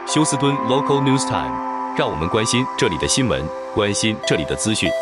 休斯敦 Local News Time， 让我们关心这里的新闻，关心这里的资讯。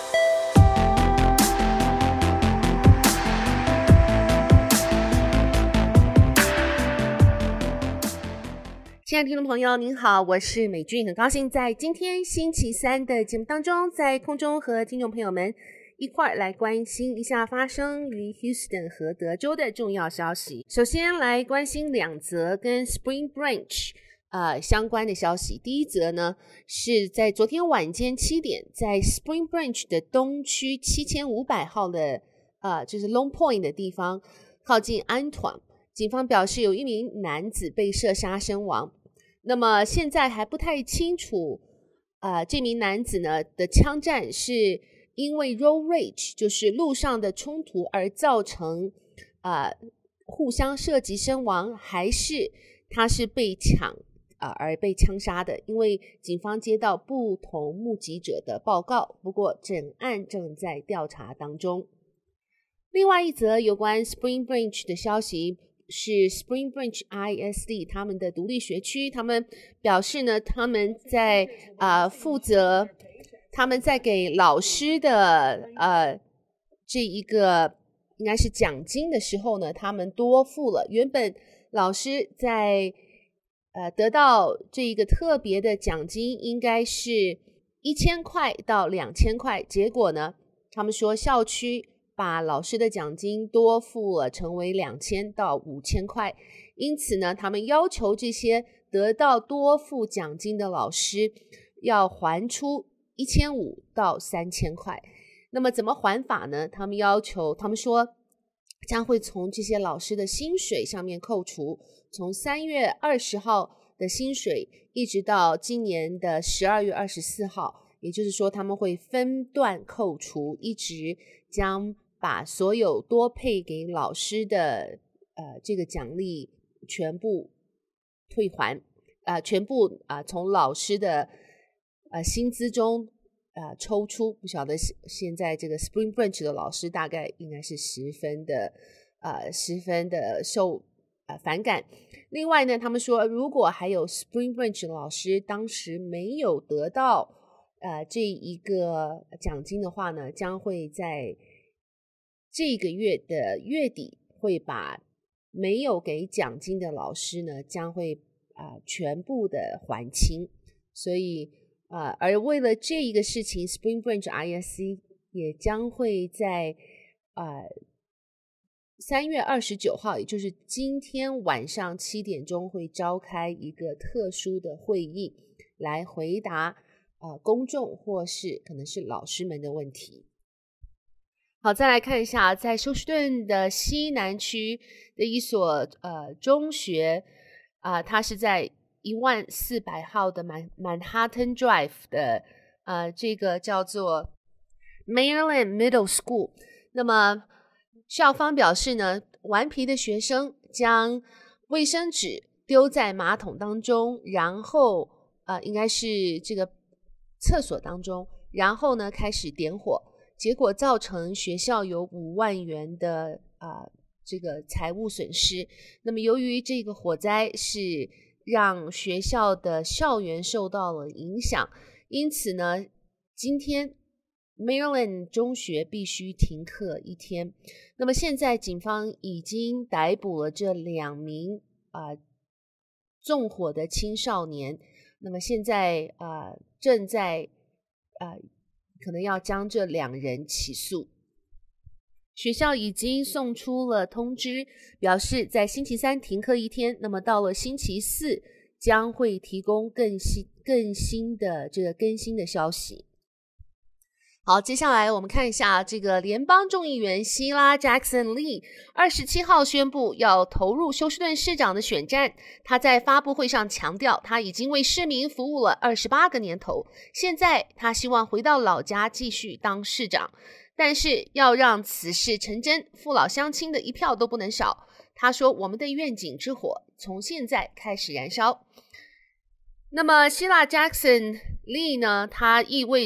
亲爱的听众朋友您好，我是美俊，很高兴在今天星期三的节目当中，在空中和听众朋友们一块来关心一下发生于 Houston 和德州的重要消息。首先来关心两则跟 Spring Branch相关的消息。第一则呢是在昨天晚间7点，在 Spring Branch 的东区7500号的就是 Long Point 的地方，靠近安团，警方表示有一名男子被射杀身亡。那么现在还不太清楚这名男子呢的枪战是因为 road rage 就是路上的冲突而造成互相射击身亡，还是他是被抢而被枪杀的。因为警方接到不同目击者的报告，不过整案正在调查当中。另外一则有关 Spring Branch 的消息是 Spring Branch ISD 他们的独立学区，他们表示呢，他们在负责他们在给老师的这一个应该是奖金的时候呢，他们多付了。原本老师在得到这一个特别的奖金应该是1000块到2000块，结果呢，他们说校区把老师的奖金多付了，成为2000到5000块。因此呢，他们要求这些得到多付奖金的老师要还出1500到3000块。那么怎么还法呢？他们说将会从这些老师的薪水上面扣除，从3月20号的薪水一直到今年的12月24号，也就是说他们会分段扣除，一直将把所有多配给老师的这个奖励全部退还，全部从老师的薪资中抽出。不晓得现在这个 Spring Branch 的老师大概应该是十分的受反感。另外呢，他们说如果还有 Spring Branch 的老师当时没有得到这一个奖金的话呢，将会在这个月的月底会把没有给奖金的老师呢将会全部的还清。所以而为了这一个事情， Spring Branch ISC 也将会在3月29号，也就是今天晚上7点钟会召开一个特殊的会议，来回答公众或是可能是老师们的问题。好，再来看一下，在休斯顿的西南区的一所中学它是在10400号的Manhattan Drive 的这个叫做 Maryland Middle School。 那么校方表示呢，顽皮的学生将卫生纸丢在马桶当中，然后应该是这个厕所当中，然后呢开始点火，结果造成学校有5万元的这个财务损失。那么由于这个火灾是让学校的校园受到了影响，因此呢，今天 Maryland 中学必须停课1天。那么现在警方已经逮捕了这2名纵火的青少年，那么现在正在可能要将这2人起诉。学校已经送出了通知，表示在星期3停课1天，那么到了星期4将会提供更新的这个更新的消息。好，接下来我们看一下这个联邦众议员希拉 Jackson Lee 27号宣布要投入休斯顿市长的选战。他在发布会上强调，他已经为市民服务了28个年头，现在他希望回到老家继续当市长，但是要让此事成真，父老乡亲的一票都不能少。他说，我们的愿景之火从现在开始燃烧。那么希拉 Jackson Lee 呢，他意味着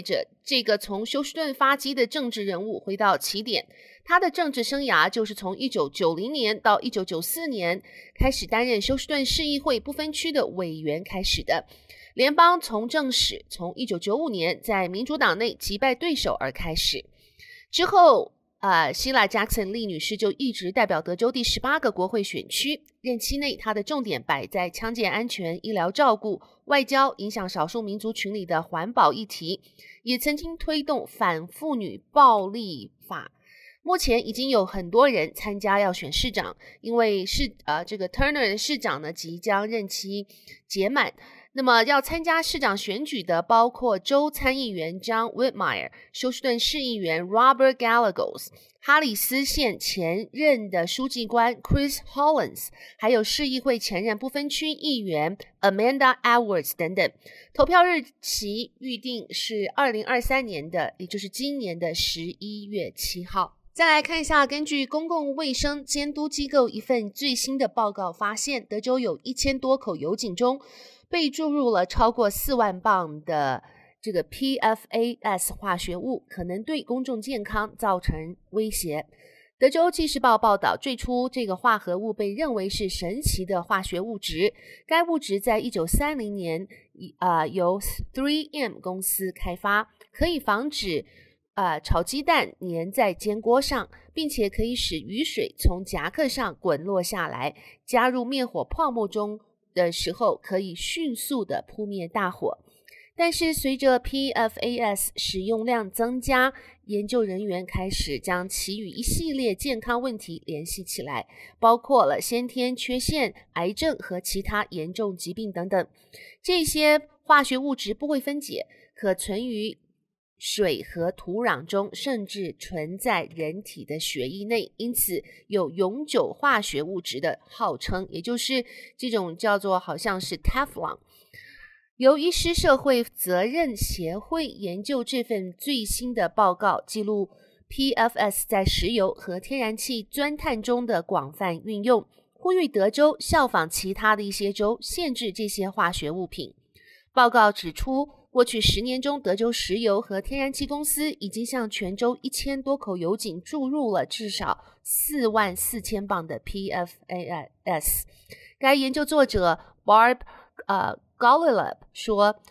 这个从休斯顿发迹的政治人物回到起点，他的政治生涯就是从1990年到1994年开始担任休斯顿市议会不分区的委员开始的。联邦从政史从1995年在民主党内击败对手而开始，之后希拉·贾克森利女士就一直代表德州第18个国会选区，任期内她的重点摆在枪械安全、医疗照顾、外交、影响少数民族群体的环保议题，也曾经推动反妇女暴力法。目前已经有很多人参加要选市长，因为这个 Turner 的市长呢即将任期届满。那么要参加市长选举的包括州参议员 John Whitmire、 休斯顿市议员 Robert Gallegos、 哈里斯县前任的书记官 Chris Hollins， 还有市议会前任不分区议员 Amanda Edwards 等等。投票日期预定是2023年的，也就是今年的11月7号。再来看一下，根据公共卫生监督机构一份最新的报告发现，德州有1000多口油井中被注入了超过4万磅的这个 PFAS 化学物，可能对公众健康造成威胁。德州纪事报报道，最初这个化合物被认为是神奇的化学物质，该物质在1930年由 3M 公司开发，可以防止炒鸡蛋粘在煎锅上，并且可以使雨水从夹克上滚落下来，加入灭火泡沫中的时候可以迅速的扑灭大火。但是随着 PFAS 使用量增加，研究人员开始将其与一系列健康问题联系起来，包括了先天缺陷、癌症和其他严重疾病等等。这些化学物质不会分解，可存于水和土壤中，甚至存在人体的血液内，因此有永久化学物质的号称，也就是这种叫做好像是 Teflon。 由医师社会责任协会研究这份最新的报告，记录 PFAS 在石油和天然气钻探中的广泛运用，呼吁德州效仿其他的一些州限制这些化学物品。报告指出，过去10年中，德州石油和天然气公司已经向全州1000多口油井注入了至少44000磅的 PFAS。 该研究作者 Barb Golub 说，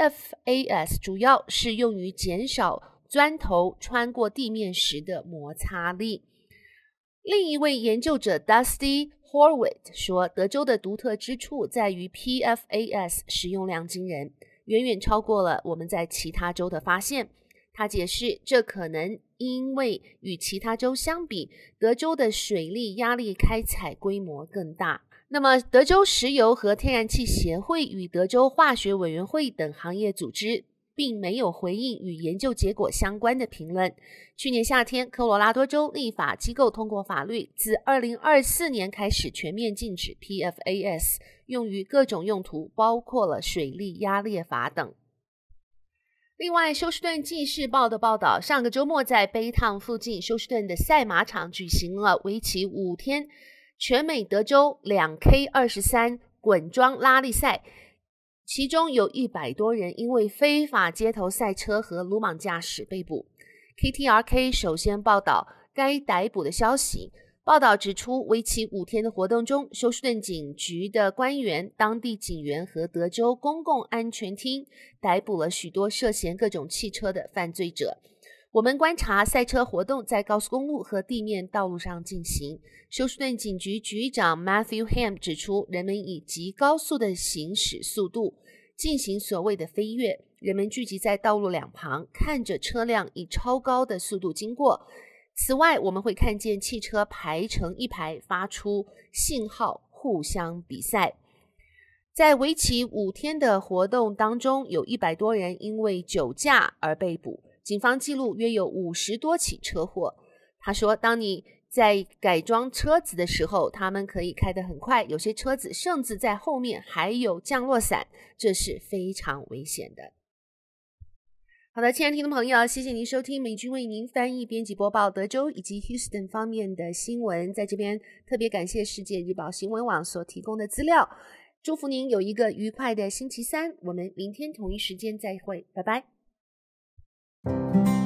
PFAS 主要是用于减少钻头穿过地面时的摩擦力。另一位研究者 Dusty Horwitz 说，德州的独特之处在于 PFAS 使用量惊人，远远超过了我们在其他州的发现。他解释，这可能因为与其他州相比，德州的水力压力开采规模更大。那么德州石油和天然气协会与德州化学委员会等行业组织并没有回应与研究结果相关的评论。去年夏天，科罗拉多州立法机构通过法律，自2024年开始全面禁止 PFAS 用于各种用途，包括了水力压裂法等。另外，休斯顿纪事报的报道，上个周末在杯烫附近休斯顿的赛马场举行了为期5天全美德州 2K23 滚装拉力赛，其中有100多人因为非法街头赛车和鲁莽驾驶被捕。 KTRK 首先报道该逮捕的消息。报道指出，为期5天的活动中，休斯顿警局的官员、当地警员和德州公共安全厅逮捕了许多涉嫌各种汽车的犯罪者。我们观察赛车活动在高速公路和地面道路上进行。休斯顿警局局长 Matthew Ham 指出，人们以极高速的行驶速度进行所谓的飞跃，人们聚集在道路两旁，看着车辆以超高的速度经过。此外，我们会看见汽车排成一排，发出信号，互相比赛。在为期5天的活动当中，有100多人因为酒驾而被捕，警方记录约有50多起车祸。他说，当你在改装车子的时候，他们可以开得很快，有些车子甚至在后面还有降落伞，这是非常危险的。好的，亲爱的听众朋友，谢谢您收听美君为您翻译编辑播报德州以及 Houston 方面的新闻。在这边特别感谢世界日报新闻网所提供的资料。祝福您有一个愉快的星期三，我们明天同一时间再会，拜拜。 拜。